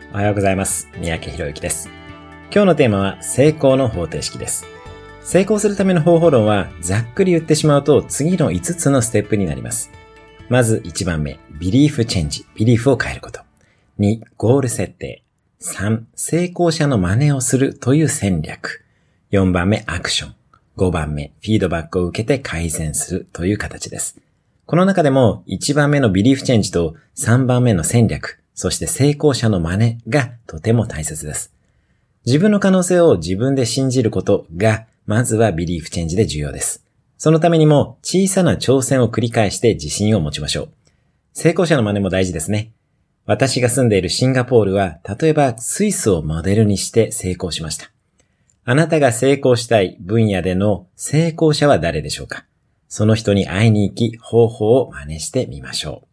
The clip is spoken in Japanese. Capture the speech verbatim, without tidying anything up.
おはようございます。三宅博之です。今日のテーマは成功の方程式です。成功するための方法論はざっくり言ってしまうと次のいつつのステップになります。まずいちばんめ、ビリーフチェンジ、ビリーフを変えること。に、ゴール設定。さん、成功者の真似をするという戦略。よんばんめ、アクション。ごばんめ、フィードバックを受けて改善するという形です。この中でもいちばんめのビリーフチェンジとさんばんめの戦略、そして成功者の真似がとても大切です。自分の可能性を自分で信じることが、まずはビリーフチェンジで重要です。そのためにも小さな挑戦を繰り返して自信を持ちましょう。成功者の真似も大事ですね。私が住んでいるシンガポールは、例えばスイスをモデルにして成功しました。あなたが成功したい分野での成功者は誰でしょうか？その人に会いに行き、方法を真似してみましょう。